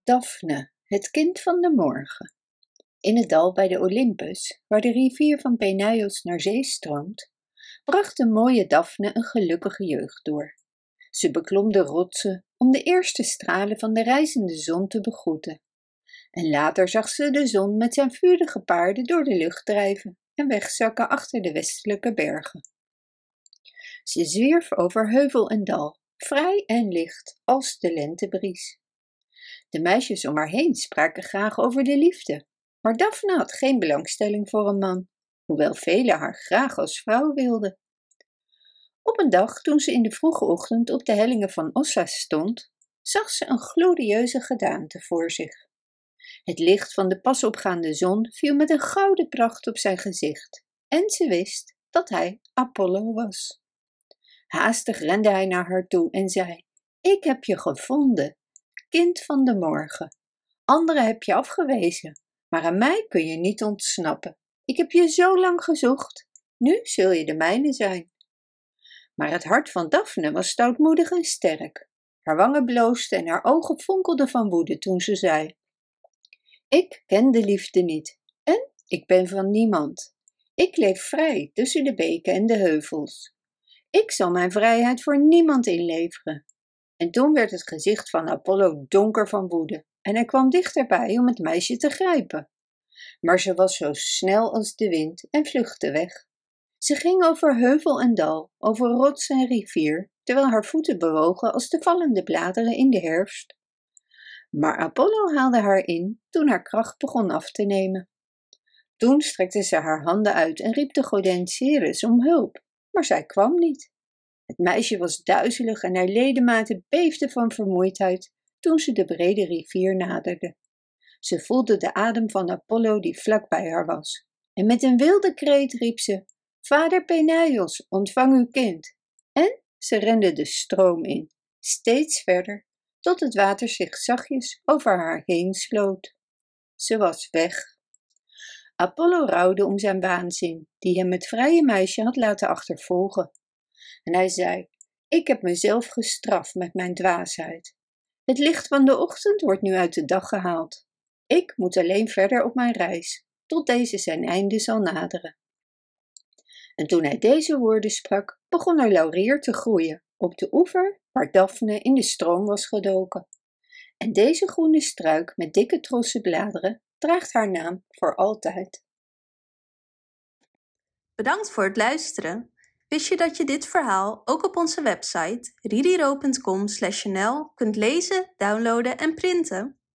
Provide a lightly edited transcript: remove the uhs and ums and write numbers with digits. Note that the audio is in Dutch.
Daphne, het kind van de morgen. In het dal bij de Olympus, waar de rivier van Peneios naar zee stroomt, bracht de mooie Daphne een gelukkige jeugd door. Ze beklom de rotsen om de eerste stralen van de rijzende zon te begroeten. En later zag ze de zon met zijn vurige paarden door de lucht drijven en wegzakken achter de westelijke bergen. Ze zwierf over heuvel en dal, vrij en licht als de lentebries. De meisjes om haar heen spraken graag over de liefde, maar Daphne had geen belangstelling voor een man, hoewel velen haar graag als vrouw wilden. Op een dag, toen ze in de vroege ochtend op de hellingen van Ossa stond, zag ze een glorieuze gedaante voor zich. Het licht van de pas opgaande zon viel met een gouden pracht op zijn gezicht, en ze wist dat hij Apollo was. Haastig rende hij naar haar toe en zei: "Ik heb je gevonden, kind van de morgen. Anderen heb je afgewezen, maar aan mij kun je niet ontsnappen. Ik heb je zo lang gezocht, nu zul je de mijne zijn." Maar het hart van Daphne was stoutmoedig en sterk. Haar wangen bloosden en haar ogen fonkelden van woede toen ze zei: "Ik ken de liefde niet en ik ben van niemand. Ik leef vrij tussen de beken en de heuvels. Ik zal mijn vrijheid voor niemand inleveren." En toen werd het gezicht van Apollo donker van woede en hij kwam dichterbij om het meisje te grijpen. Maar ze was zo snel als de wind en vluchtte weg. Ze ging over heuvel en dal, over rots en rivier, terwijl haar voeten bewogen als de vallende bladeren in de herfst. Maar Apollo haalde haar in toen haar kracht begon af te nemen. Toen strekte ze haar handen uit en riep de godin Ceres om hulp, maar zij kwam niet. Het meisje was duizelig en haar ledematen beefden van vermoeidheid toen ze de brede rivier naderde. Ze voelde de adem van Apollo die vlak bij haar was. En met een wilde kreet riep ze: "Vader Peneios, ontvang uw kind." En ze rende de stroom in, steeds verder, tot het water zich zachtjes over haar heen sloot. Ze was weg. Apollo rouwde om zijn waanzin, die hem het vrije meisje had laten achtervolgen. En hij zei: "Ik heb mezelf gestraft met mijn dwaasheid. Het licht van de ochtend wordt nu uit de dag gehaald. Ik moet alleen verder op mijn reis, tot deze zijn einde zal naderen." En toen hij deze woorden sprak, begon er laurier te groeien op de oever waar Daphne in de stroom was gedoken. En deze groene struik met dikke trossen bladeren draagt haar naam voor altijd. Bedankt voor het luisteren. Wist je dat je dit verhaal ook op onze website ridiro.com/nl kunt lezen, downloaden en printen?